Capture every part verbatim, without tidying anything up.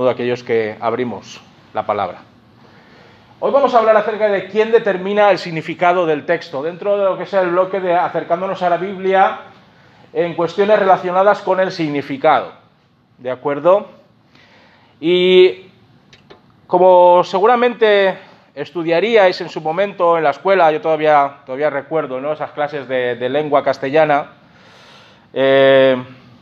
todos aquellos que abrimos la palabra. Hoy vamos a hablar acerca de quién determina el significado del texto, dentro de lo que es el bloque de acercándonos a la Biblia en cuestiones relacionadas con el significado, ¿de acuerdo? Y como seguramente estudiaríais en su momento en la escuela, yo todavía, todavía recuerdo, ¿no?, esas clases de, de lengua castellana, eh,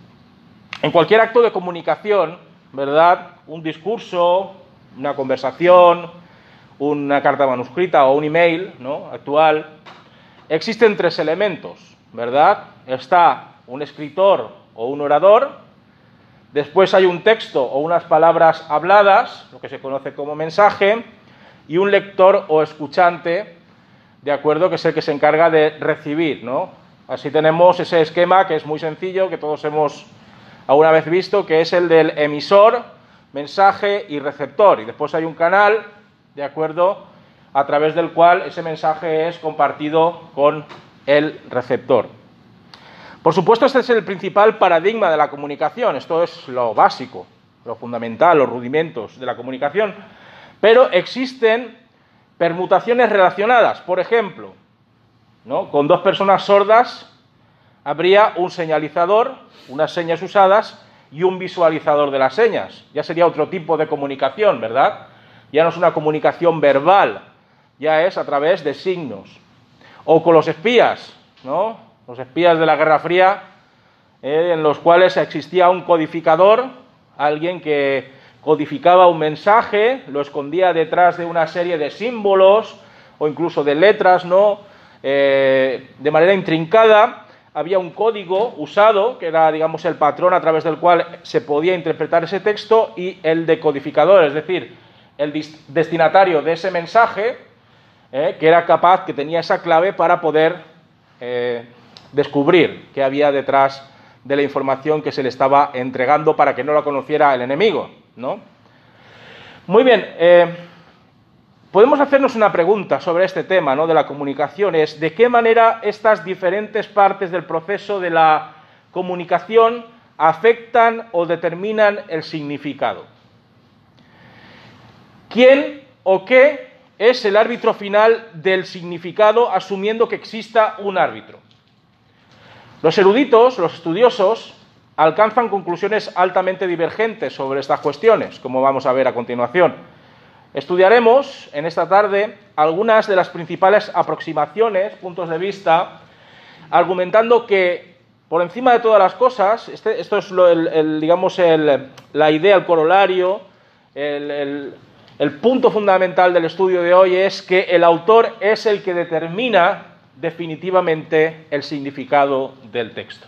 en cualquier acto de comunicación, ¿verdad?, un discurso, una conversación, una carta manuscrita o un email, ¿no?, actual, existen tres elementos, ¿verdad? Está un escritor o un orador, después hay un texto o unas palabras habladas, lo que se conoce como mensaje, y un lector o escuchante, ¿de acuerdo?, que es el que se encarga de recibir, ¿no? Así tenemos ese esquema que es muy sencillo, que todos hemos alguna vez visto, que es el del emisor, mensaje y receptor, y después hay un canal, ¿de acuerdo?, a través del cual ese mensaje es compartido con el receptor. Por supuesto, este es el principal paradigma de la comunicación, esto es lo básico, lo fundamental, los rudimentos de la comunicación, pero existen permutaciones relacionadas. Por ejemplo, ¿no?, con dos personas sordas habría un señalizador, unas señas usadas, y un visualizador de las señas. Ya sería otro tipo de comunicación, ¿verdad? Ya no es una comunicación verbal, ya es a través de signos. O con los espías, ¿no? Los espías de la Guerra Fría, eh, en los cuales existía un codificador, alguien que codificaba un mensaje, lo escondía detrás de una serie de símbolos o incluso de letras, ¿no?, eh, de manera intrincada. Había un código usado, que era, digamos, el patrón a través del cual se podía interpretar ese texto, y el decodificador, es decir, el destinatario de ese mensaje, eh, que era capaz, que tenía esa clave para poder eh, descubrir qué había detrás de la información que se le estaba entregando para que no la conociera el enemigo, ¿no? Muy bien, eh, podemos hacernos una pregunta sobre este tema, ¿no?, de la comunicación, es de qué manera estas diferentes partes del proceso de la comunicación afectan o determinan el significado. ¿Quién o qué es el árbitro final del significado, asumiendo que exista un árbitro? Los eruditos, los estudiosos, alcanzan conclusiones altamente divergentes sobre estas cuestiones, como vamos a ver a continuación. Estudiaremos en esta tarde algunas de las principales aproximaciones, puntos de vista, argumentando que, por encima de todas las cosas, este, esto es lo, el, el, digamos el, la idea, el corolario, el, el, el punto fundamental del estudio de hoy es que el autor es el que determina definitivamente el significado del texto.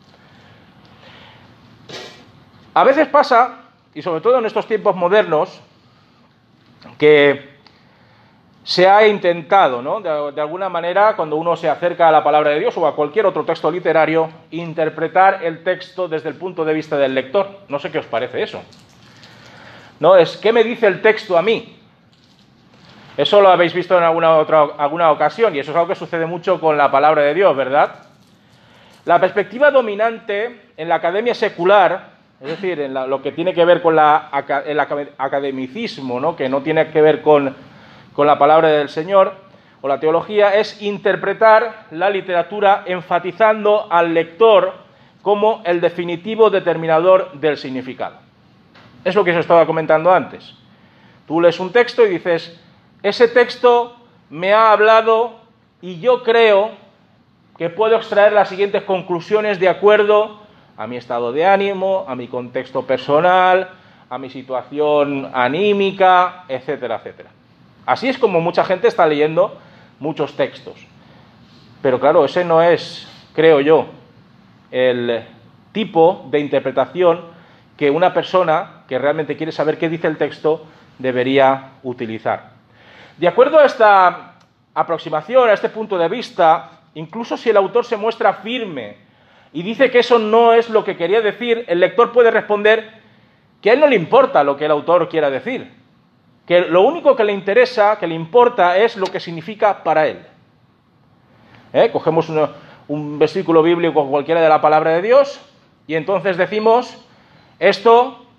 A veces pasa, y sobre todo en estos tiempos modernos, que se ha intentado, ¿no?, de, de alguna manera, cuando uno se acerca a la palabra de Dios o a cualquier otro texto literario, interpretar el texto desde el punto de vista del lector. No sé qué os parece eso. No, es ¿qué me dice el texto a mí? Eso lo habéis visto en alguna otra alguna ocasión, y eso es algo que sucede mucho con la palabra de Dios, ¿verdad? La perspectiva dominante en la academia secular, es decir, en la, lo que tiene que ver con la, el academicismo, ¿no?, que no tiene que ver con, con la palabra del Señor o la teología, es interpretar la literatura enfatizando al lector como el definitivo determinador del significado. Es lo que os estaba comentando antes. Tú lees un texto y dices, ese texto me ha hablado y yo creo que puedo extraer las siguientes conclusiones de acuerdo a mi estado de ánimo, a mi contexto personal, a mi situación anímica, etcétera, etcétera. Así es como mucha gente está leyendo muchos textos. Pero claro, ese no es, creo yo, el tipo de interpretación que una persona que realmente quiere saber qué dice el texto debería utilizar. De acuerdo a esta aproximación, a este punto de vista, incluso si el autor se muestra firme y dice que eso no es lo que quería decir, el lector puede responder que a él no le importa lo que el autor quiera decir, que lo único que le interesa, que le importa, es lo que significa para él. ¿Eh? Cogemos un, un versículo bíblico cualquiera de la palabra de Dios y entonces decimos, esto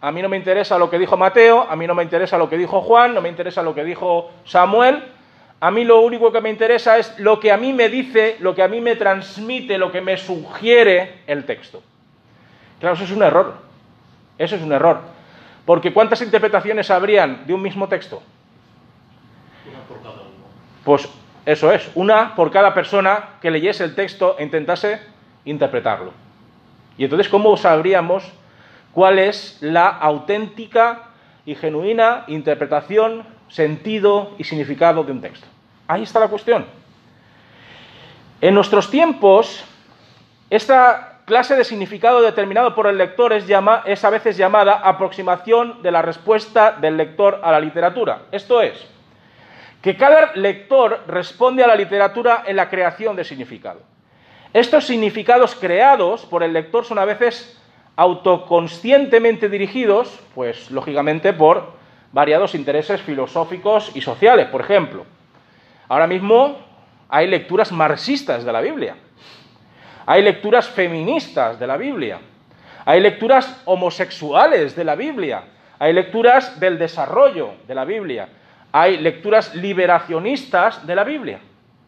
a mí no me interesa lo que dijo Mateo, a mí no me interesa lo que dijo Juan, no me interesa lo que dijo Samuel, a mí lo único que me interesa es lo que a mí me dice, lo que a mí me transmite, lo que me sugiere el texto. Claro, eso es un error, eso es un error, porque ¿cuántas interpretaciones habrían de un mismo texto? Una por cada uno. Pues eso es, una por cada persona que leyese el texto e intentase interpretarlo. Y entonces, ¿cómo sabríamos cuál es la auténtica y genuina interpretación, sentido y significado de un texto? Ahí está la cuestión. En nuestros tiempos, esta clase de significado determinado por el lector es, llama, es a veces llamada aproximación de la respuesta del lector a la literatura. Esto es, que cada lector responde a la literatura en la creación de significado. Estos significados creados por el lector son a veces autoconscientemente dirigidos, pues lógicamente por variados intereses filosóficos y sociales. Por ejemplo, ahora mismo hay lecturas marxistas de la Biblia, hay lecturas feministas de la Biblia, hay lecturas homosexuales de la Biblia, hay lecturas del desarrollo de la Biblia, hay lecturas liberacionistas de la Biblia.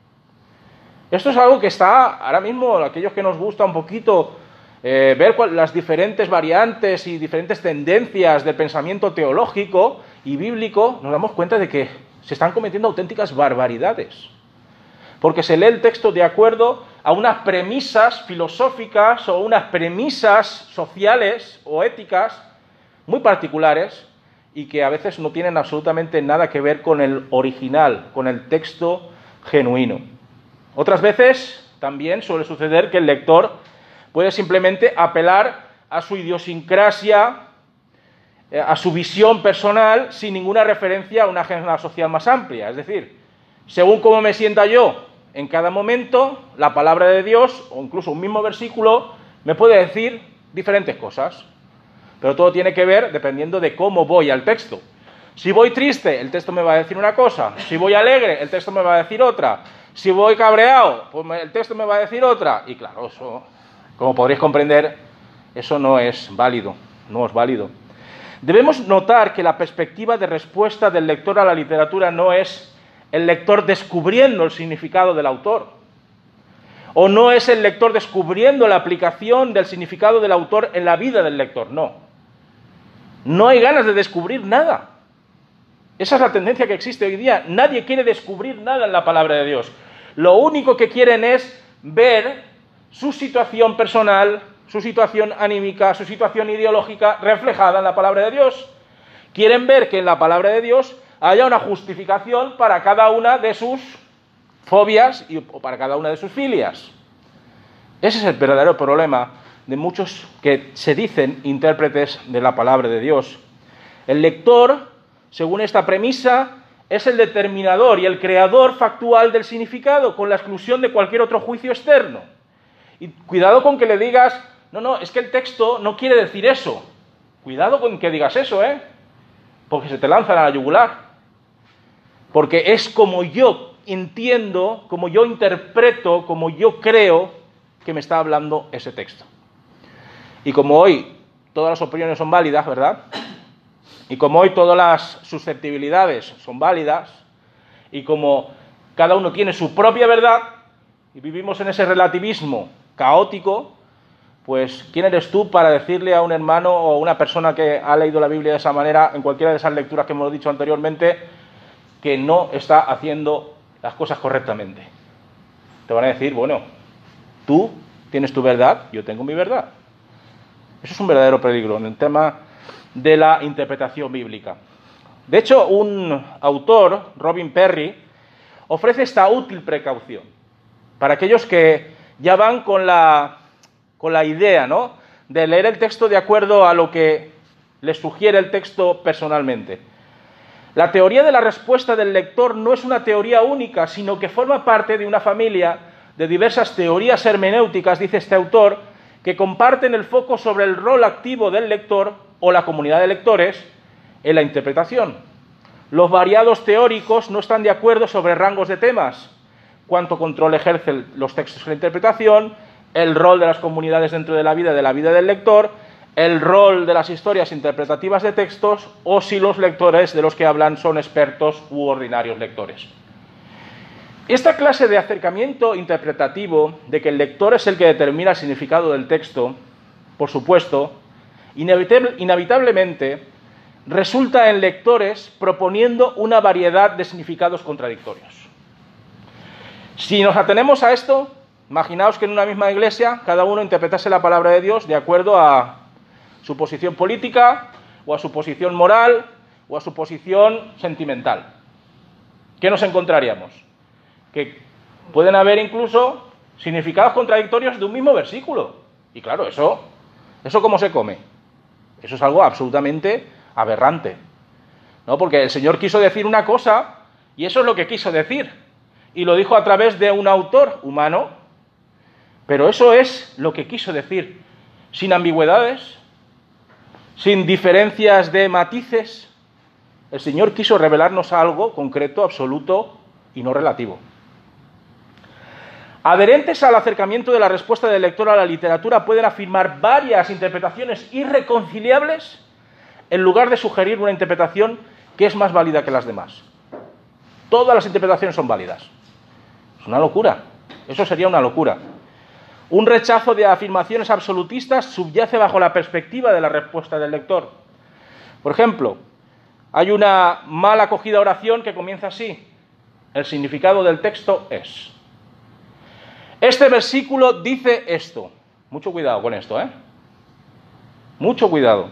Esto es algo que está ahora mismo, aquellos que nos gusta un poquito eh, ver cuál, las diferentes variantes y diferentes tendencias del pensamiento teológico y bíblico, nos damos cuenta de que se están cometiendo auténticas barbaridades. Porque se lee el texto de acuerdo a unas premisas filosóficas o unas premisas sociales o éticas muy particulares y que a veces no tienen absolutamente nada que ver con el original, con el texto genuino. Otras veces también suele suceder que el lector puede simplemente apelar a su idiosincrasia, a su visión personal, sin ninguna referencia a una agenda social más amplia. Es decir, según cómo me sienta yo en cada momento, la palabra de Dios, o incluso un mismo versículo, me puede decir diferentes cosas. Pero todo tiene que ver dependiendo de cómo voy al texto. Si voy triste, el texto me va a decir una cosa. Si voy alegre, el texto me va a decir otra. Si voy cabreado, pues el texto me va a decir otra. Y claro, eso, como podréis comprender, eso no es válido, no es válido. Debemos notar que la perspectiva de respuesta del lector a la literatura no es el lector descubriendo el significado del autor, o no es el lector descubriendo la aplicación del significado del autor en la vida del lector, no. No hay ganas de descubrir nada. Esa es la tendencia que existe hoy día. Nadie quiere descubrir nada en la palabra de Dios. Lo único que quieren es ver su situación personal, su situación anímica, su situación ideológica reflejada en la palabra de Dios. Quieren ver que en la palabra de Dios haya una justificación para cada una de sus fobias y, o para cada una de sus filias. Ese es el verdadero problema de muchos que se dicen intérpretes de la palabra de Dios. El lector, según esta premisa, es el determinador y el creador factual del significado, con la exclusión de cualquier otro juicio externo. Y cuidado con que le digas, no, no, es que el texto no quiere decir eso. Cuidado con que digas eso, ¿eh? Porque se te lanzan a la yugular. Porque es como yo entiendo, como yo interpreto, como yo creo que me está hablando ese texto. Y como hoy todas las opiniones son válidas, ¿verdad? Y como hoy todas las susceptibilidades son válidas, y como cada uno tiene su propia verdad, y vivimos en ese relativismo caótico, pues ¿quién eres tú para decirle a un hermano o a una persona que ha leído la Biblia de esa manera, en cualquiera de esas lecturas que hemos dicho anteriormente, que no está haciendo las cosas correctamente? Te van a decir, bueno, tú tienes tu verdad, yo tengo mi verdad. Eso es un verdadero peligro en el tema de la interpretación bíblica. De hecho, un autor, Robin Perry, ofrece esta útil precaución para aquellos que ya van con la, con la idea, ¿no?, de leer el texto de acuerdo a lo que les sugiere el texto personalmente. La teoría de la respuesta del lector no es una teoría única, sino que forma parte de una familia de diversas teorías hermenéuticas, dice este autor, que comparten el foco sobre el rol activo del lector o la comunidad de lectores en la interpretación. Los variados teóricos no están de acuerdo sobre rangos de temas, cuánto control ejercen los textos en la interpretación, el rol de las comunidades dentro de la vida de la vida del lector, el rol de las historias interpretativas de textos o si los lectores de los que hablan son expertos u ordinarios lectores. Esta clase de acercamiento interpretativo, de que el lector es el que determina el significado del texto, por supuesto, inevitable, inevitablemente resulta en lectores proponiendo una variedad de significados contradictorios. Si nos atenemos a esto, imaginaos que en una misma iglesia cada uno interpretase la palabra de Dios de acuerdo a su posición política, o a su posición moral, o a su posición sentimental. ¿Qué nos encontraríamos? Que pueden haber incluso significados contradictorios de un mismo versículo. Y claro, eso, ¿eso cómo se come? Eso es algo absolutamente aberrante, ¿no? Porque el Señor quiso decir una cosa, y eso es lo que quiso decir. Y lo dijo a través de un autor humano, pero eso es lo que quiso decir, sin ambigüedades, sin diferencias de matices. El Señor quiso revelarnos algo concreto, absoluto y no relativo. Adherentes al acercamiento de la respuesta del lector a la literatura pueden afirmar varias interpretaciones irreconciliables en lugar de sugerir una interpretación que es más válida que las demás. Todas las interpretaciones son válidas. Es una locura. Eso sería una locura. Un rechazo de afirmaciones absolutistas subyace bajo la perspectiva de la respuesta del lector. Por ejemplo, hay una mal acogida oración que comienza así. El significado del texto es: este versículo dice esto. Mucho cuidado con esto, ¿eh? Mucho cuidado.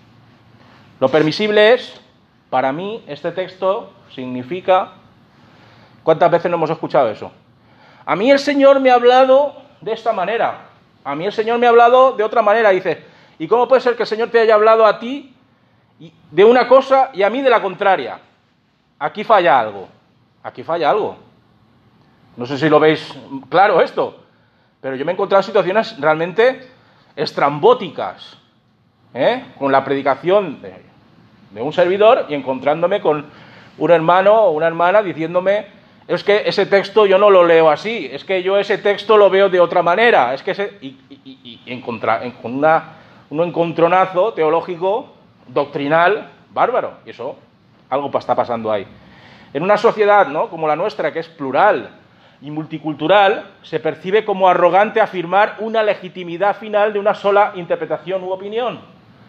Lo permisible es, para mí, este texto significa... ¿Cuántas veces no hemos escuchado eso? A mí el Señor me ha hablado de esta manera. A mí el Señor me ha hablado de otra manera. Dice, ¿y cómo puede ser que el Señor te haya hablado a ti de una cosa y a mí de la contraria? Aquí falla algo. Aquí falla algo. No sé si lo veis claro esto, pero yo me he encontrado en situaciones realmente estrambóticas, ¿eh? Con la predicación de, de un servidor y encontrándome con un hermano o una hermana diciéndome: es que ese texto yo no lo leo así, es que yo ese texto lo veo de otra manera, es que ese... y, y, y, y encontra, en, con una, un encontronazo teológico, doctrinal, bárbaro, y eso, algo está pasando ahí. En una sociedad, ¿no?, como la nuestra, que es plural y multicultural, se percibe como arrogante afirmar una legitimidad final de una sola interpretación u opinión.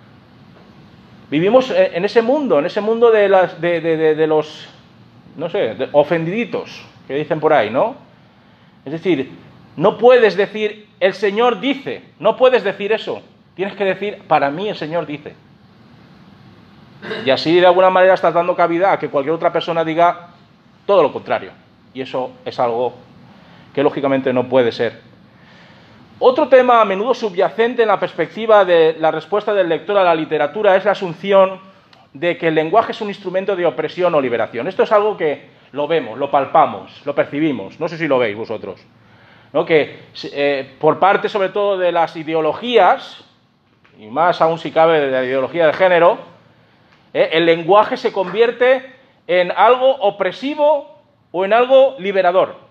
Vivimos en ese mundo, en ese mundo de, las, de, de, de, de los, no sé, de ofendiditos, que dicen por ahí, ¿no? Es decir, no puedes decir, el Señor dice, no puedes decir eso. Tienes que decir, para mí el Señor dice. Y así, de alguna manera, estás dando cabida a que cualquier otra persona diga todo lo contrario. Y eso es algo que, lógicamente, no puede ser. Otro tema a menudo subyacente en la perspectiva de la respuesta del lector a la literatura es la asunción de que el lenguaje es un instrumento de opresión o liberación. Esto es algo que lo vemos, lo palpamos, lo percibimos. No sé si lo veis vosotros, ¿no? Que eh, por parte, sobre todo, de las ideologías, y más aún si cabe de la ideología de género, eh, el lenguaje se convierte en algo opresivo o en algo liberador.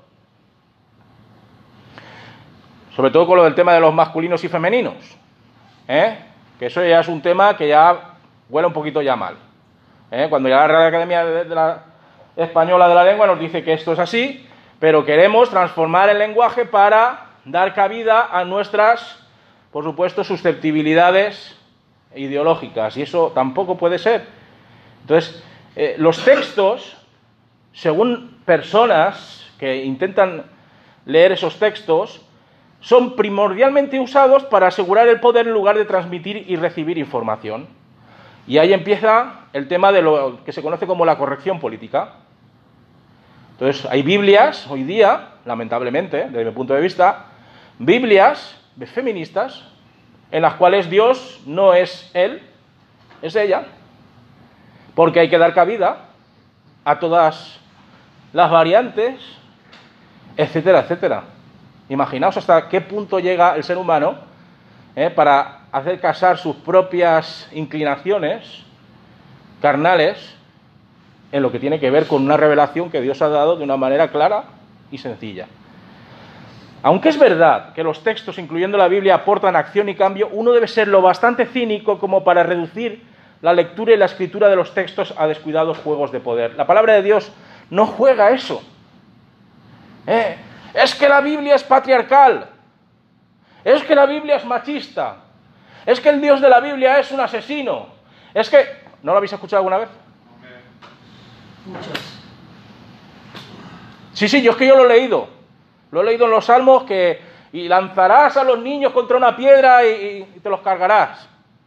Sobre todo con lo del tema de los masculinos y femeninos, ¿eh? Que eso ya es un tema que ya huele un poquito ya mal, ¿eh? Cuando ya la Real Academia de la Española de la Lengua nos dice que esto es así, pero queremos transformar el lenguaje para dar cabida a nuestras, por supuesto, susceptibilidades ideológicas, y eso tampoco puede ser. Entonces, eh, los textos, según personas que intentan leer esos textos, son primordialmente usados para asegurar el poder en lugar de transmitir y recibir información. Y ahí empieza el tema de lo que se conoce como la corrección política. Entonces, hay Biblias hoy día, lamentablemente, desde mi punto de vista, Biblias feministas en las cuales Dios no es él, es ella, porque hay que dar cabida a todas las variantes, etcétera, etcétera. Imaginaos hasta qué punto llega el ser humano eh, para hacer casar sus propias inclinaciones carnales en lo que tiene que ver con una revelación que Dios ha dado de una manera clara y sencilla. Aunque es verdad que los textos, incluyendo la Biblia, aportan acción y cambio, uno debe ser lo bastante cínico como para reducir la lectura y la escritura de los textos a descuidados juegos de poder. La palabra de Dios no juega a eso. ¿Eh? Es que la Biblia es patriarcal. Es que la Biblia es machista. Es que el Dios de la Biblia es un asesino. Es que... ¿No lo habéis escuchado alguna vez? Muchas. Sí, sí, yo es que yo lo he leído. Lo he leído en los Salmos que... Y lanzarás a los niños contra una piedra y, y te los cargarás.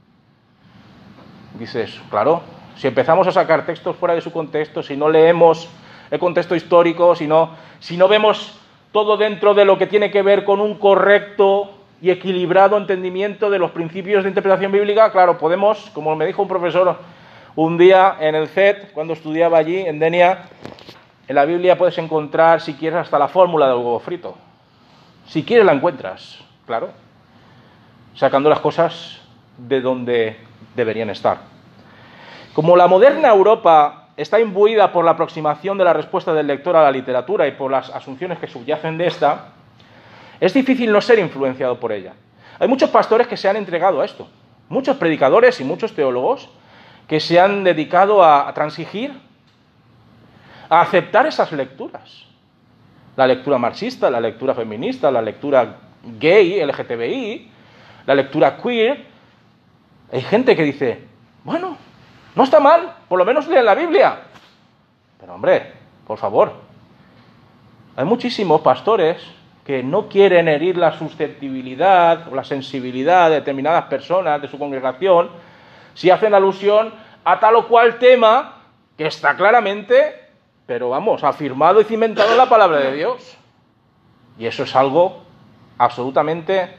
Dices, claro, si empezamos a sacar textos fuera de su contexto, si no leemos el contexto histórico, si no, si no vemos todo dentro de lo que tiene que ver con un correcto y equilibrado entendimiento de los principios de interpretación bíblica, claro, podemos, como me dijo un profesor un día en el C E T, cuando estudiaba allí, en Denia, en la Biblia puedes encontrar, si quieres, hasta la fórmula del huevo frito. Si quieres la encuentras, claro, sacando las cosas de donde deberían estar. Como la moderna Europa está imbuida por la aproximación de la respuesta del lector a la literatura y por las asunciones que subyacen de esta, es difícil no ser influenciado por ella. Hay muchos pastores que se han entregado a esto, muchos predicadores y muchos teólogos que se han dedicado a, a transigir, a aceptar esas lecturas. La lectura marxista, la lectura feminista, la lectura gay, L G T B I, la lectura queer. Hay gente que dice, bueno, no está mal, por lo menos leen la Biblia. Pero hombre, por favor, hay muchísimos pastores que no quieren herir la susceptibilidad o la sensibilidad de determinadas personas de su congregación si hacen alusión a tal o cual tema que está claramente, pero vamos, afirmado y cimentado en la palabra de Dios. Y eso es algo absolutamente,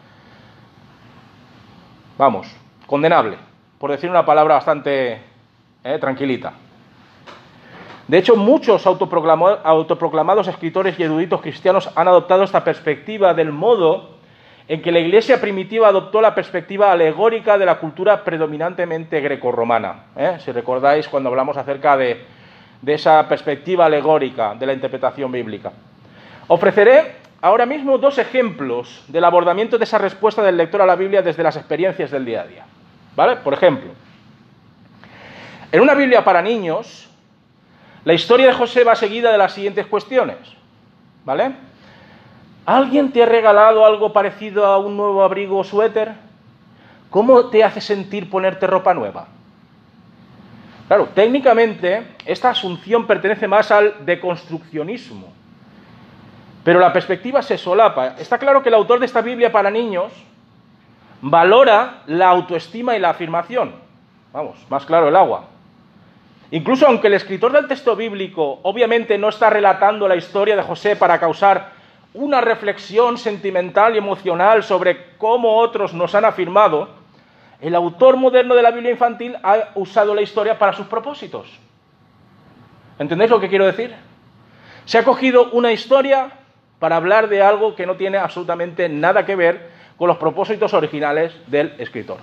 vamos, condenable, por decir una palabra bastante eh, tranquilita. De hecho, muchos autoproclamados, autoproclamados escritores y eruditos cristianos han adoptado esta perspectiva del modo en que la Iglesia primitiva adoptó la perspectiva alegórica de la cultura predominantemente grecorromana. ¿eh? Si recordáis cuando hablamos acerca de, de esa perspectiva alegórica de la interpretación bíblica. Ofreceré ahora mismo dos ejemplos del abordamiento de esa respuesta del lector a la Biblia desde las experiencias del día a día. ¿Vale? Por ejemplo, en una Biblia para niños, la historia de José va seguida de las siguientes cuestiones, ¿vale? ¿Alguien te ha regalado algo parecido a un nuevo abrigo o suéter? ¿Cómo te hace sentir ponerte ropa nueva? Claro, técnicamente esta asunción pertenece más al deconstruccionismo, pero la perspectiva se solapa. Está claro que el autor de esta Biblia para niños valora la autoestima y la afirmación. Vamos, más claro el agua. Incluso aunque el escritor del texto bíblico obviamente no está relatando la historia de José para causar una reflexión sentimental y emocional sobre cómo otros nos han afirmado, el autor moderno de la Biblia infantil ha usado la historia para sus propósitos. ¿Entendéis lo que quiero decir? Se ha cogido una historia para hablar de algo que no tiene absolutamente nada que ver con los propósitos originales del escritor.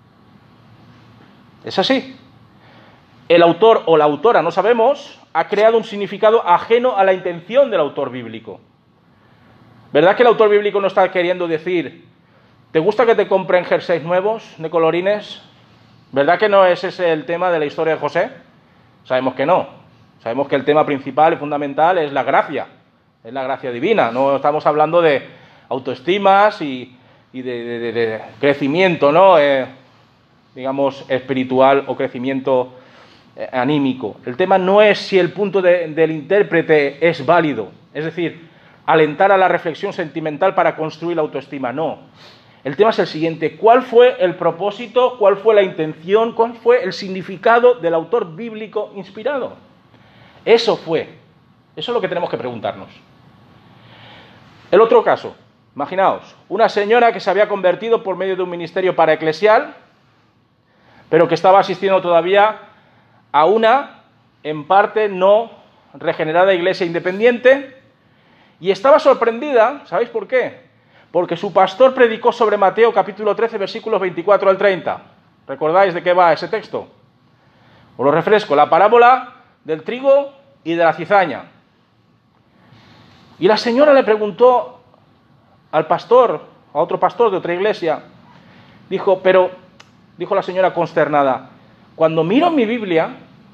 Es así. El autor o la autora, no sabemos, ha creado un significado ajeno a la intención del autor bíblico. ¿Verdad que el autor bíblico no está queriendo decir, ¿te gusta que te compren jerseys nuevos de colorines? ¿Verdad que no es ese el tema de la historia de José? Sabemos que no. Sabemos que el tema principal y fundamental es la gracia, es la gracia divina. No estamos hablando de autoestimas y, y de, de, de, de crecimiento, ¿no? Eh, digamos, espiritual o crecimiento eh, anímico. El tema no es si el punto de, del intérprete es válido, es decir, alentar a la reflexión sentimental para construir la autoestima, no. El tema es el siguiente: ¿cuál fue el propósito, cuál fue la intención, cuál fue el significado del autor bíblico inspirado? Eso fue, eso es lo que tenemos que preguntarnos. El otro caso, imaginaos, una señora que se había convertido por medio de un ministerio paraeclesial, pero que estaba asistiendo todavía a una, en parte no regenerada iglesia independiente, y estaba sorprendida, ¿sabéis por qué? Porque su pastor predicó sobre Mateo capítulo trece, versículos veinticuatro al treinta. ¿Recordáis de qué va ese texto? Os lo refresco, la parábola del trigo y de la cizaña. Y la señora le preguntó, al pastor, a otro pastor de otra iglesia, dijo, pero, dijo la señora consternada, cuando miro mi Biblia,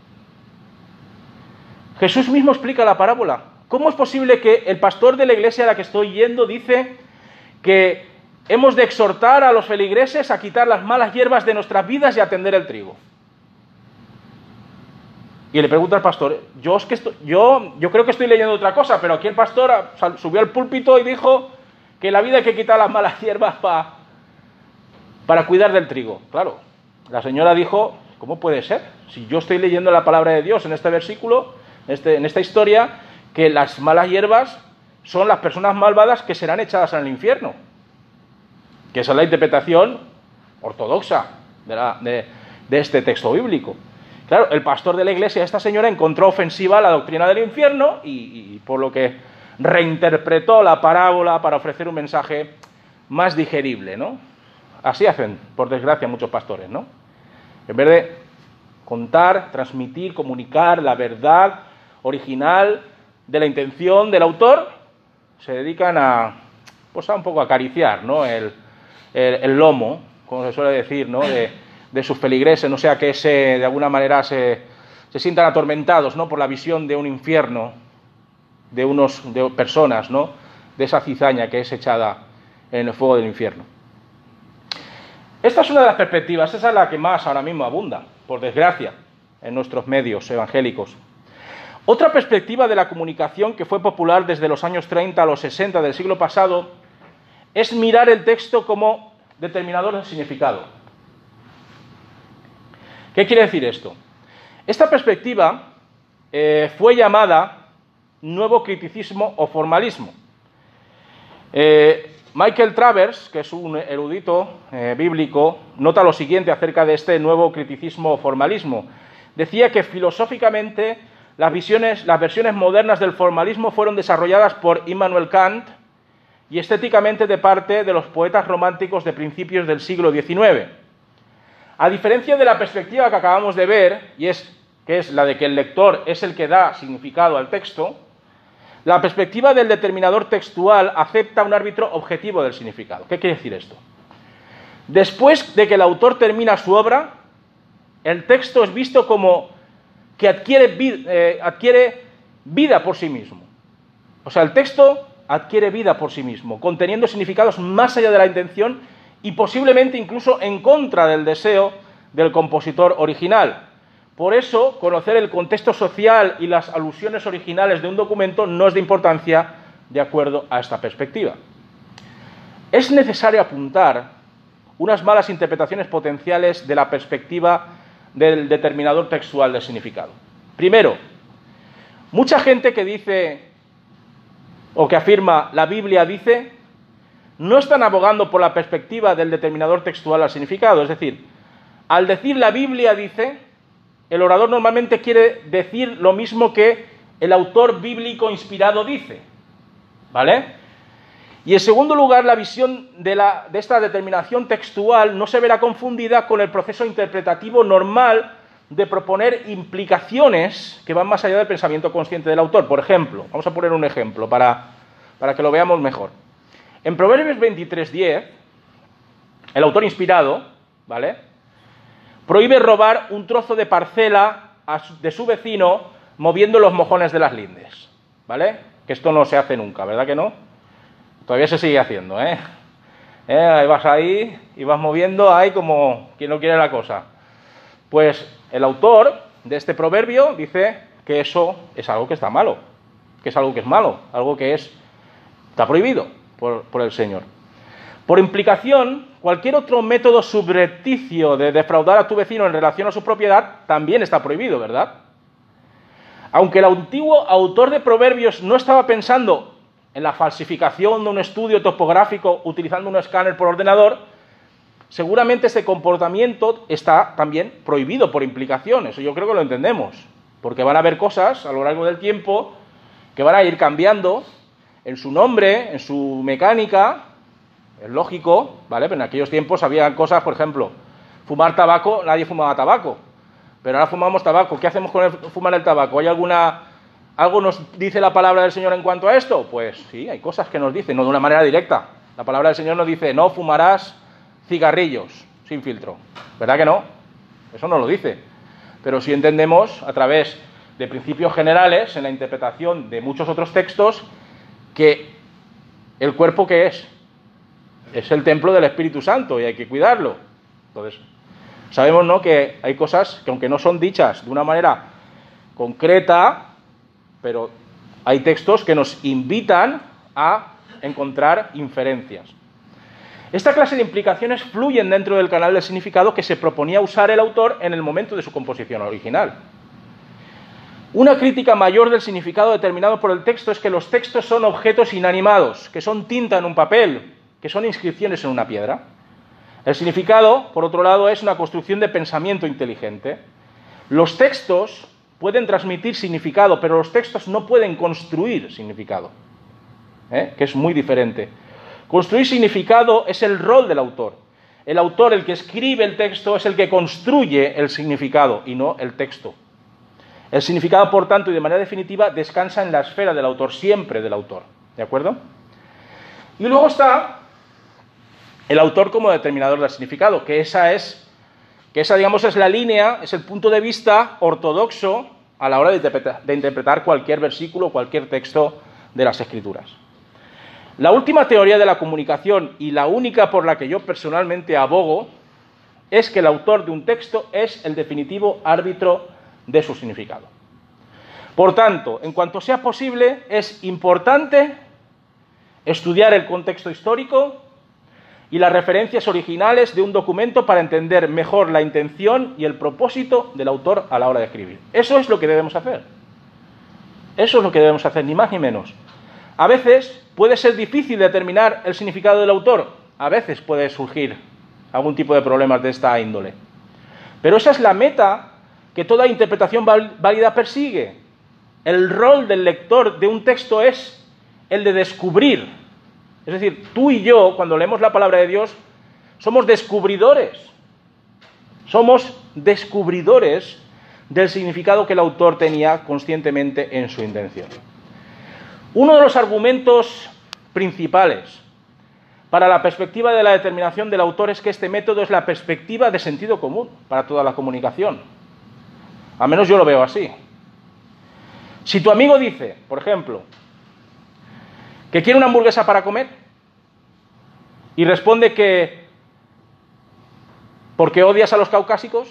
Jesús mismo explica la parábola. ¿Cómo es posible que el pastor de la iglesia a la que estoy yendo dice que hemos de exhortar a los feligreses a quitar las malas hierbas de nuestras vidas y a tender el trigo? Y le pregunta al pastor, yo, es que estoy, yo, yo creo que estoy leyendo otra cosa, pero aquí el pastor subió al púlpito y dijo que en la vida hay que quitar las malas hierbas pa, para cuidar del trigo. Claro, la señora dijo, ¿cómo puede ser? Si yo estoy leyendo la palabra de Dios en este versículo, en, este, en esta historia, que las malas hierbas son las personas malvadas que serán echadas al infierno. Que esa es la interpretación ortodoxa de, la, de, de este texto bíblico. Claro, el pastor de la iglesia, esta señora, encontró ofensiva la doctrina del infierno y, y por lo que reinterpretó la parábola para ofrecer un mensaje más digerible, ¿no? Así hacen, por desgracia, muchos pastores, ¿no? En vez de contar, transmitir, comunicar la verdad original de la intención del autor, se dedican a, pues a un poco acariciar, ¿no? El, el, el lomo, como se suele decir, ¿no? De, de sus feligreses, no sea que se, de alguna manera se, se sientan atormentados, ¿no? Por la visión de un infierno, de unos de personas, ¿no? De esa cizaña que es echada en el fuego del infierno. Esta es una de las perspectivas, esa es la que más ahora mismo abunda, por desgracia, en nuestros medios evangélicos. Otra perspectiva de la comunicación que fue popular desde los años treinta a los sesenta del siglo pasado es mirar el texto como determinador del significado. ¿Qué quiere decir esto? Esta perspectiva eh, fue llamada nuevo criticismo o formalismo. Eh, Michael Travers, que es un erudito eh, bíblico, nota lo siguiente acerca de este nuevo criticismo o formalismo. Decía que filosóficamente las, visiones, las versiones modernas del formalismo fueron desarrolladas por Immanuel Kant y estéticamente de parte de los poetas románticos de principios del siglo diecinueve. A diferencia de la perspectiva que acabamos de ver, y es que es la de que el lector es el que da significado al texto, la perspectiva del determinador textual acepta un árbitro objetivo del significado. ¿Qué quiere decir esto? Después de que el autor termina su obra, el texto es visto como que adquiere, vid- eh, adquiere vida por sí mismo. O sea, el texto adquiere vida por sí mismo, conteniendo significados más allá de la intención y posiblemente incluso en contra del deseo del compositor original. Por eso, conocer el contexto social y las alusiones originales de un documento no es de importancia de acuerdo a esta perspectiva. Es necesario apuntar unas malas interpretaciones potenciales de la perspectiva del determinador textual del significado. Primero, mucha gente que dice o que afirma la Biblia dice, no están abogando por la perspectiva del determinador textual al significado. Es decir, al decir la Biblia dice, el orador normalmente quiere decir lo mismo que el autor bíblico inspirado dice, ¿vale? Y en segundo lugar, la visión de, la, de esta determinación textual no se verá confundida con el proceso interpretativo normal de proponer implicaciones que van más allá del pensamiento consciente del autor. Por ejemplo, vamos a poner un ejemplo para, para que lo veamos mejor. En Proverbios veintitrés diez, el autor inspirado, ¿vale?, prohíbe robar un trozo de parcela de su vecino moviendo los mojones de las lindes, ¿vale? Que esto no se hace nunca, ¿verdad que no? Todavía se sigue haciendo, ¿eh? ¿Eh? Ahí vas ahí y vas moviendo ahí como quien no quiere la cosa. Pues el autor de este proverbio dice que eso es algo que está malo, que es algo que es malo, algo que es, está prohibido por, por el Señor. Por implicación, cualquier otro método subrepticio de defraudar a tu vecino en relación a su propiedad también está prohibido, ¿verdad? Aunque el antiguo autor de Proverbios no estaba pensando en la falsificación de un estudio topográfico utilizando un escáner por ordenador, seguramente este comportamiento está también prohibido por implicación. Eso yo creo que lo entendemos, porque van a haber cosas a lo largo del tiempo que van a ir cambiando en su nombre, en su mecánica. Es lógico, ¿vale? Pero en aquellos tiempos había cosas, por ejemplo, fumar tabaco, nadie fumaba tabaco, pero ahora fumamos tabaco. ¿Qué hacemos con el, fumar el tabaco? ¿Hay alguna, algo nos dice la palabra del Señor en cuanto a esto? Pues sí, hay cosas que nos dicen, no de una manera directa, La palabra del Señor nos dice, no fumarás cigarrillos sin filtro. ¿Verdad que no? Eso no lo dice. Pero sí entendemos, a través de principios generales, en la interpretación de muchos otros textos, que el cuerpo, ¿qué es? Es el templo del Espíritu Santo y hay que cuidarlo. Entonces, sabemos, ¿no?, que hay cosas que, aunque no son dichas de una manera concreta, pero hay textos que nos invitan a encontrar inferencias. Esta clase de implicaciones fluyen dentro del canal del significado que se proponía usar el autor en el momento de su composición original. Una crítica mayor del significado determinado por el texto es que los textos son objetos inanimados, que son tinta en un papel, que son inscripciones en una piedra. El significado, por otro lado, es una construcción de pensamiento inteligente. Los textos pueden transmitir significado, pero los textos no pueden construir significado, ¿eh? Que es muy diferente. Construir significado es el rol del autor. El autor, el que escribe el texto, es el que construye el significado y no el texto. El significado, por tanto, y de manera definitiva, descansa en la esfera del autor, siempre del autor. ¿De acuerdo? Y luego está el autor como determinador del significado, que esa es, que esa, digamos, es la línea, es el punto de vista ortodoxo a la hora de interpretar, de interpretar cualquier versículo, cualquier texto de las Escrituras. La última teoría de la comunicación, y la única por la que yo personalmente abogo, es que el autor de un texto es el definitivo árbitro de su significado. Por tanto, en cuanto sea posible, es importante estudiar el contexto histórico y las referencias originales de un documento para entender mejor la intención y el propósito del autor a la hora de escribir. Eso es lo que debemos hacer. Eso es lo que debemos hacer, ni más ni menos. A veces puede ser difícil determinar el significado del autor. A veces puede surgir algún tipo de problemas de esta índole. Pero esa es la meta que toda interpretación válida persigue. El rol del lector de un texto es el de descubrir. Es decir, tú y yo, cuando leemos la palabra de Dios, somos descubridores. Somos descubridores del significado que el autor tenía conscientemente en su intención. Uno de los argumentos principales para la perspectiva de la determinación del autor es que este método es la perspectiva de sentido común para toda la comunicación. Al menos yo lo veo así. Si tu amigo dice, por ejemplo, que quiere una hamburguesa para comer y responde que porque odias a los caucásicos,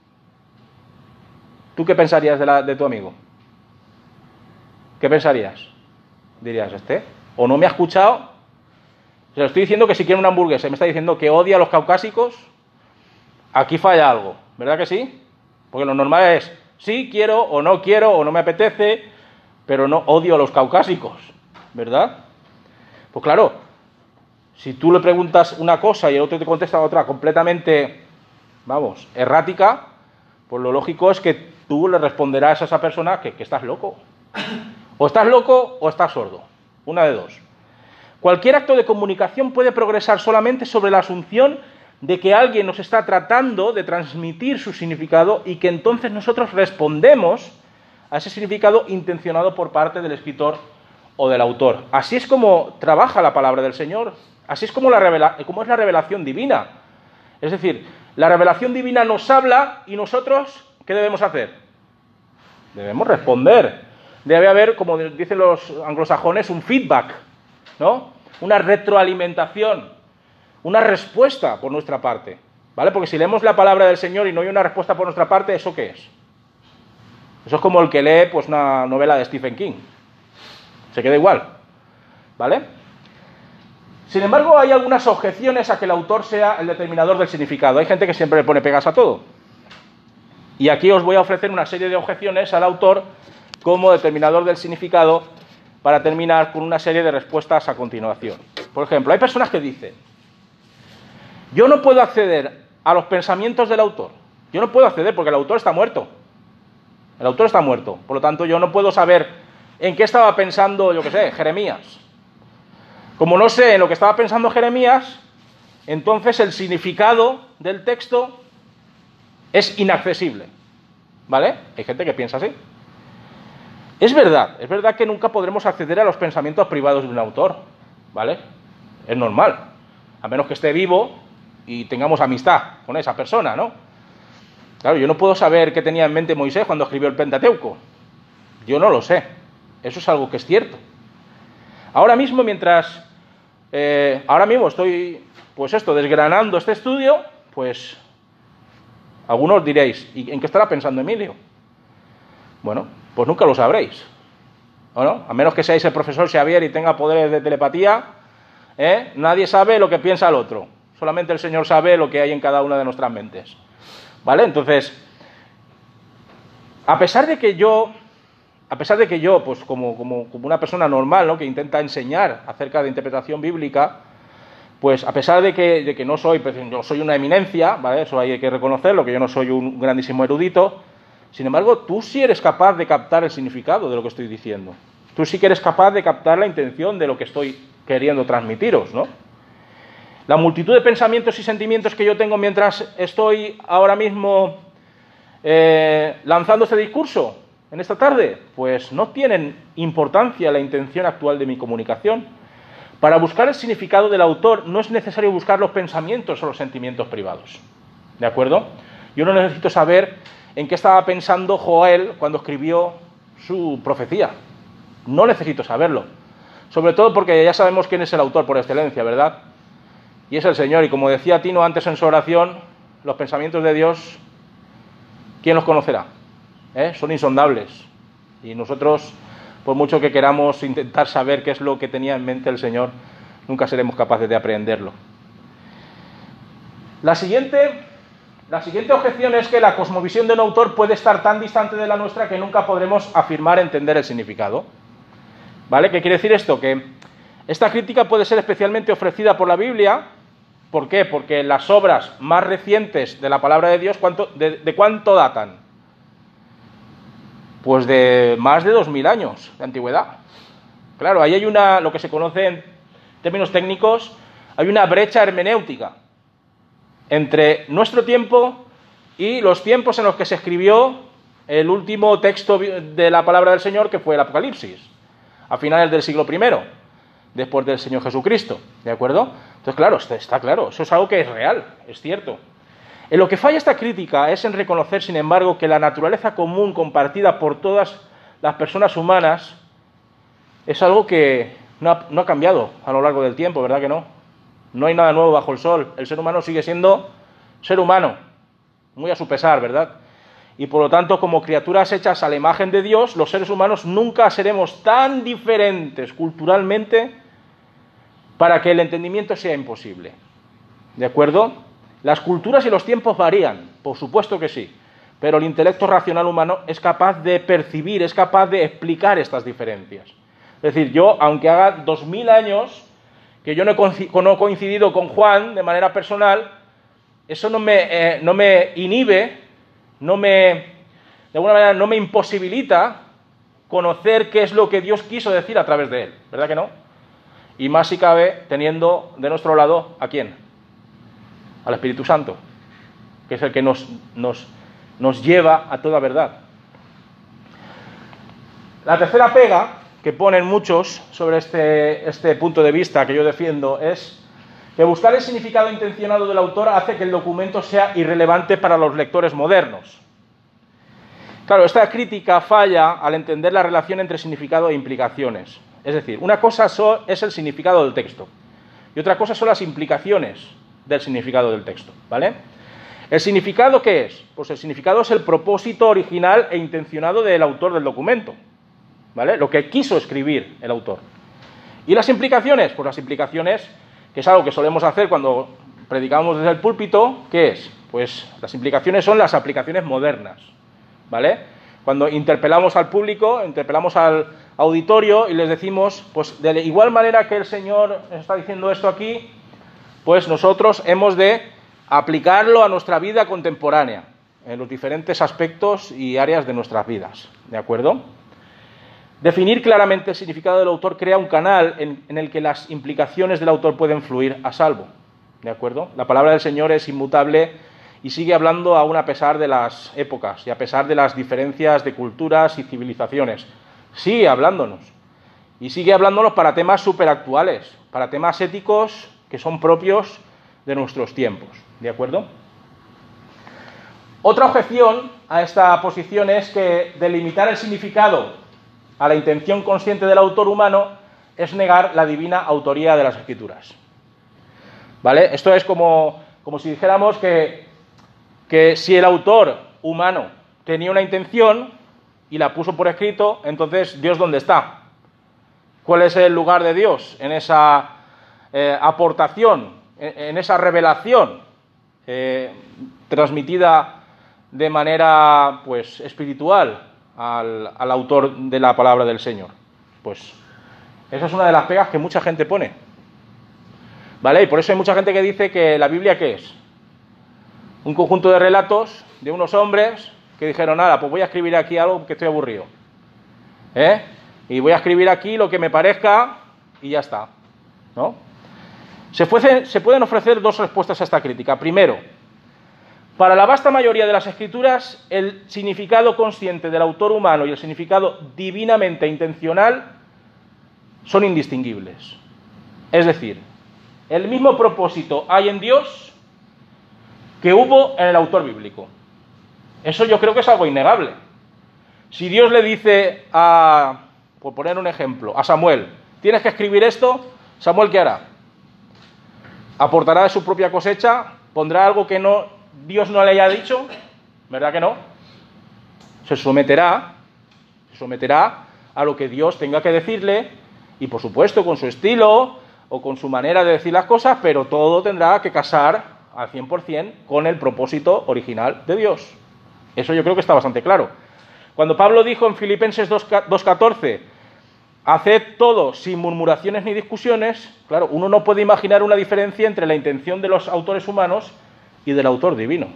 ¿tú qué pensarías de, la, de tu amigo? ¿Qué pensarías? Dirías, este, o no me ha escuchado, se lo estoy diciendo que si quiere una hamburguesa y me está diciendo que odia a los caucásicos, aquí falla algo, ¿verdad que sí? Porque lo normal es, sí, quiero, o no quiero, o no me apetece, pero no odio a los caucásicos, ¿verdad? Pues claro, si tú le preguntas una cosa y el otro te contesta otra completamente, vamos, errática, pues lo lógico es que tú le responderás a esa persona que, que estás loco. O estás loco o estás sordo, una de dos. Cualquier acto de comunicación puede progresar solamente sobre la asunción de que alguien nos está tratando de transmitir su significado y que entonces nosotros respondemos a ese significado intencionado por parte del escritor o del autor. Así es como trabaja la palabra del Señor, así es como, la revela- como es la revelación divina. Es decir, la revelación divina nos habla y nosotros, ¿qué debemos hacer? Debemos responder. Debe haber, como dicen los anglosajones, un feedback, ¿no? Una retroalimentación, una respuesta por nuestra parte, ¿vale? Porque si leemos la palabra del Señor y no hay una respuesta por nuestra parte, ¿eso qué es? Eso es como el que lee, pues, una novela de Stephen King. Se queda igual, ¿vale? Sin embargo, hay algunas objeciones a que el autor sea el determinador del significado. Hay gente que siempre le pone pegas a todo. Y aquí os voy a ofrecer una serie de objeciones al autor como determinador del significado para terminar con una serie de respuestas a continuación. Por ejemplo, hay personas que dicen, yo no puedo acceder a los pensamientos del autor. Yo no puedo acceder porque el autor está muerto. El autor está muerto. Por lo tanto, yo no puedo saber en qué estaba pensando, yo qué sé, Jeremías. Como no sé en lo que estaba pensando Jeremías, entonces el significado del texto es inaccesible. ¿Vale? Hay gente que piensa así. Es verdad, es verdad que nunca podremos acceder a los pensamientos privados de un autor, ¿vale? Es normal, a menos que esté vivo y tengamos amistad con esa persona, ¿no? Claro, yo no puedo saber qué tenía en mente Moisés cuando escribió el Pentateuco. Yo no lo sé. Eso es algo que es cierto. Ahora mismo, mientras... Eh, ahora mismo estoy, pues esto, desgranando este estudio, pues... Algunos diréis, ¿y en qué estará pensando Emilio? Bueno, pues nunca lo sabréis. ¿O no? A menos que seáis el profesor Xavier y tenga poderes de telepatía, ¿eh? Nadie sabe lo que piensa el otro. Solamente el Señor sabe lo que hay en cada una de nuestras mentes. ¿Vale? Entonces, a pesar de que yo, a pesar de que yo, pues como, como, como una persona normal, ¿no?, que intenta enseñar acerca de interpretación bíblica, pues a pesar de que, de que no soy, pues, yo soy una eminencia, ¿vale? Eso hay que reconocerlo, que yo no soy un grandísimo erudito. Sin embargo, tú sí eres capaz de captar el significado de lo que estoy diciendo. Tú sí que eres capaz de captar la intención de lo que estoy queriendo transmitiros, ¿no? La multitud de pensamientos y sentimientos que yo tengo mientras estoy ahora mismo eh, lanzando este discurso en esta tarde, pues no tienen importancia en la intención actual de mi comunicación. Para buscar el significado del autor no es necesario buscar los pensamientos o los sentimientos privados. ¿De acuerdo? Yo no necesito saber en qué estaba pensando Joel cuando escribió su profecía. No necesito saberlo. Sobre todo porque ya sabemos quién es el autor por excelencia, ¿verdad? Y es el Señor. Y como decía Tino antes en su oración, los pensamientos de Dios, ¿quién los conocerá? ¿Eh? Son insondables. Y nosotros, por mucho que queramos intentar saber qué es lo que tenía en mente el Señor, nunca seremos capaces de aprenderlo. La siguiente, la siguiente objeción es que la cosmovisión de un autor puede estar tan distante de la nuestra que nunca podremos afirmar entender el significado. ¿Vale? ¿Qué quiere decir esto? Que esta crítica puede ser especialmente ofrecida por la Biblia. ¿Por qué? Porque las obras más recientes de la palabra de Dios, ¿cuánto, de, ¿de cuánto datan? Pues de más de dos mil años de antigüedad. Claro, ahí hay una, lo que se conoce en términos técnicos, hay una brecha hermenéutica entre nuestro tiempo y los tiempos en los que se escribió el último texto de la palabra del Señor, que fue el Apocalipsis, a finales del siglo primero, después del Señor Jesucristo, ¿de acuerdo? Entonces, claro, está, está claro, eso es algo que es real, es cierto. En lo que falla esta crítica es en reconocer, sin embargo, que la naturaleza común compartida por todas las personas humanas es algo que no ha, no ha cambiado a lo largo del tiempo, ¿verdad que no? No hay nada nuevo bajo el sol. El ser humano sigue siendo ser humano, muy a su pesar, ¿verdad? Y por lo tanto, como criaturas hechas a la imagen de Dios, los seres humanos nunca seremos tan diferentes culturalmente para que el entendimiento sea imposible. ¿De acuerdo? Las culturas y los tiempos varían, por supuesto que sí, pero el intelecto racional humano es capaz de percibir, es capaz de explicar estas diferencias. Es decir, yo, aunque haga dos mil años que yo no he coincidido con Juan de manera personal, eso no me, eh, no me inhibe, no me, de alguna manera no me imposibilita conocer qué es lo que Dios quiso decir a través de él, ¿verdad que no? Y más si cabe, teniendo de nuestro lado, ¿a quién? Al Espíritu Santo, que es el que nos, nos, nos lleva a toda verdad. La tercera pega que ponen muchos sobre este, este punto de vista que yo defiendo es que buscar el significado intencionado del autor hace que el documento sea irrelevante para los lectores modernos. Claro, esta crítica falla al entender la relación entre significado e implicaciones. Es decir, una cosa es el significado del texto y otra cosa son las implicaciones del significado del texto, ¿vale? ¿El significado qué es? Pues el significado es el propósito original e intencionado del autor del documento, ¿vale? Lo que quiso escribir el autor. ¿Y las implicaciones? Pues las implicaciones, que es algo que solemos hacer cuando predicamos desde el púlpito, ¿qué es? Pues las implicaciones son las aplicaciones modernas, ¿vale? Cuando interpelamos al público, interpelamos al auditorio y les decimos, pues de igual manera que el Señor está diciendo esto aquí, pues nosotros hemos de aplicarlo a nuestra vida contemporánea, en los diferentes aspectos y áreas de nuestras vidas, ¿de acuerdo? Definir claramente el significado del autor crea un canal en, en el que las implicaciones del autor pueden fluir a salvo, ¿de acuerdo? La palabra del Señor es inmutable y sigue hablando aún a pesar de las épocas y a pesar de las diferencias de culturas y civilizaciones. Sigue hablándonos. Y sigue hablándonos para temas superactuales, para temas éticos que son propios de nuestros tiempos, ¿de acuerdo? Otra objeción a esta posición es que delimitar el significado a la intención consciente del autor humano es negar la divina autoría de las Escrituras. ¿Vale? Esto es como, como si dijéramos que, que si el autor humano tenía una intención y la puso por escrito, entonces ¿Dios dónde está? ¿Cuál es el lugar de Dios en esa eh, aportación, en, en esa revelación eh, transmitida de manera pues espiritual al, al autor de la palabra del Señor? Pues esa es una de las pegas que mucha gente pone, ¿vale? Y por eso hay mucha gente que dice que la Biblia, ¿qué es? Un conjunto de relatos de unos hombres que dijeron, nada, pues voy a escribir aquí algo que estoy aburrido, ¿eh? Y voy a escribir aquí lo que me parezca y ya está, ¿no? Se, fuese, se pueden ofrecer dos respuestas a esta crítica. Primero, para la vasta mayoría de las Escrituras, el significado consciente del autor humano y el significado divinamente intencional son indistinguibles. Es decir, el mismo propósito hay en Dios que hubo en el autor bíblico. Eso yo creo que es algo innegable. Si Dios le dice a, por poner un ejemplo, a Samuel, tienes que escribir esto, Samuel, ¿qué hará? ¿Aportará de su propia cosecha? ¿Pondrá algo que no, Dios no le haya dicho? ¿Verdad que no? Se someterá, se someterá a lo que Dios tenga que decirle, y por supuesto con su estilo o con su manera de decir las cosas, pero todo tendrá que casar al cien por ciento con el propósito original de Dios. Eso yo creo que está bastante claro. Cuando Pablo dijo en Filipenses dos catorce, haced todo sin murmuraciones ni discusiones, claro, uno no puede imaginar una diferencia entre la intención de los autores humanos y del autor divino.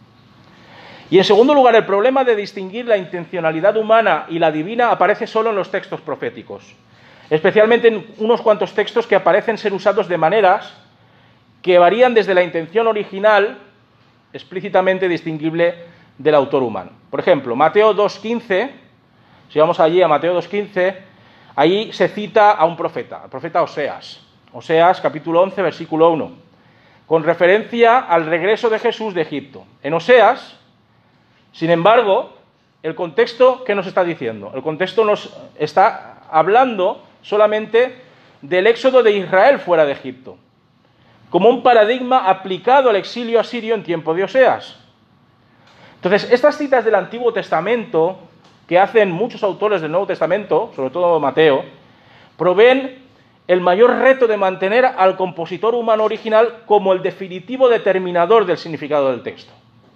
Y en segundo lugar, el problema de distinguir la intencionalidad humana y la divina aparece solo en los textos proféticos, especialmente en unos cuantos textos que aparecen ser usados de maneras que varían desde la intención original, explícitamente distinguible del autor humano. Por ejemplo, Mateo dos quince, si vamos allí a Mateo dos quince, ahí se cita a un profeta, el profeta Oseas. Oseas, capítulo once, versículo uno, con referencia al regreso de Jesús de Egipto. En Oseas, sin embargo, el contexto, ¿qué nos está diciendo? El contexto nos está hablando solamente del éxodo de Israel fuera de Egipto, como un paradigma aplicado al exilio asirio en tiempo de Oseas. Entonces, estas citas del Antiguo Testamento, que hacen muchos autores del Nuevo Testamento, sobre todo Mateo, proveen el mayor reto de mantener al compositor humano original como el definitivo determinador del significado del texto.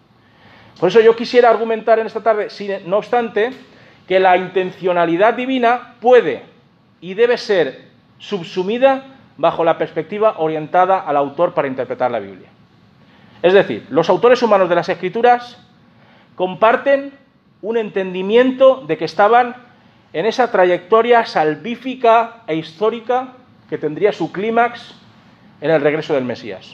Por eso yo quisiera argumentar en esta tarde, no obstante, que la intencionalidad divina puede y debe ser subsumida bajo la perspectiva orientada al autor para interpretar la Biblia. Es decir, los autores humanos de las Escrituras comparten un entendimiento de que estaban en esa trayectoria salvífica e histórica que tendría su clímax en el regreso del Mesías.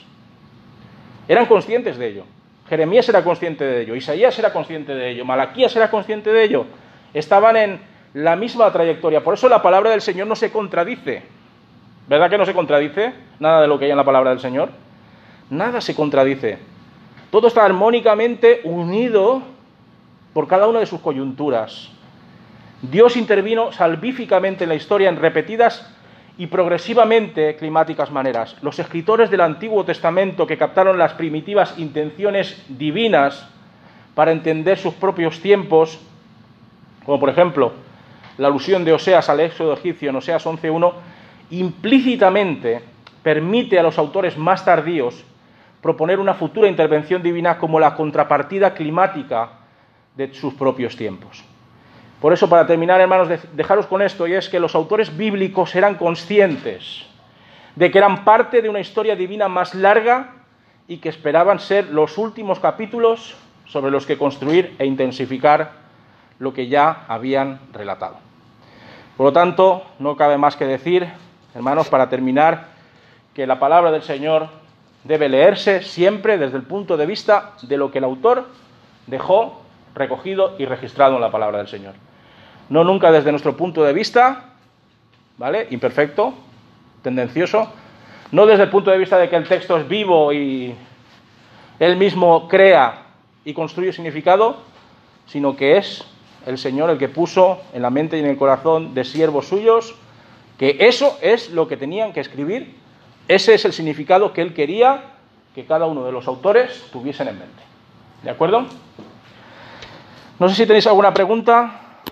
Eran conscientes de ello. Jeremías era consciente de ello, Isaías era consciente de ello, Malaquías era consciente de ello. Estaban en la misma trayectoria. Por eso la palabra del Señor no se contradice. ¿Verdad que no se contradice nada de lo que hay en la palabra del Señor? Nada se contradice. Todo está armónicamente unido por cada una de sus coyunturas. Dios intervino salvíficamente en la historia en repetidas y progresivamente climáticas maneras. Los escritores del Antiguo Testamento que captaron las primitivas intenciones divinas para entender sus propios tiempos, como por ejemplo la alusión de Oseas al éxodo egipcio en Oseas once uno, implícitamente permite a los autores más tardíos proponer una futura intervención divina como la contrapartida climática de sus propios tiempos. Por eso, para terminar, hermanos, dejaros con esto, y es que los autores bíblicos eran conscientes de que eran parte de una historia divina más larga y que esperaban ser los últimos capítulos sobre los que construir e intensificar lo que ya habían relatado. Por lo tanto, no cabe más que decir, hermanos, para terminar, que la palabra del Señor debe leerse siempre desde el punto de vista de lo que el autor dejó recogido y registrado en la palabra del Señor. No nunca desde nuestro punto de vista ¿vale? Imperfecto, tendencioso, no desde el punto de vista de que el texto es vivo y él mismo crea y construye significado, sino que es el Señor el que puso en la mente y en el corazón de siervos suyos que eso es lo que tenían que escribir, ese es el significado que él quería que cada uno de los autores tuviesen en mente. ¿De acuerdo? No sé si tenéis alguna pregunta.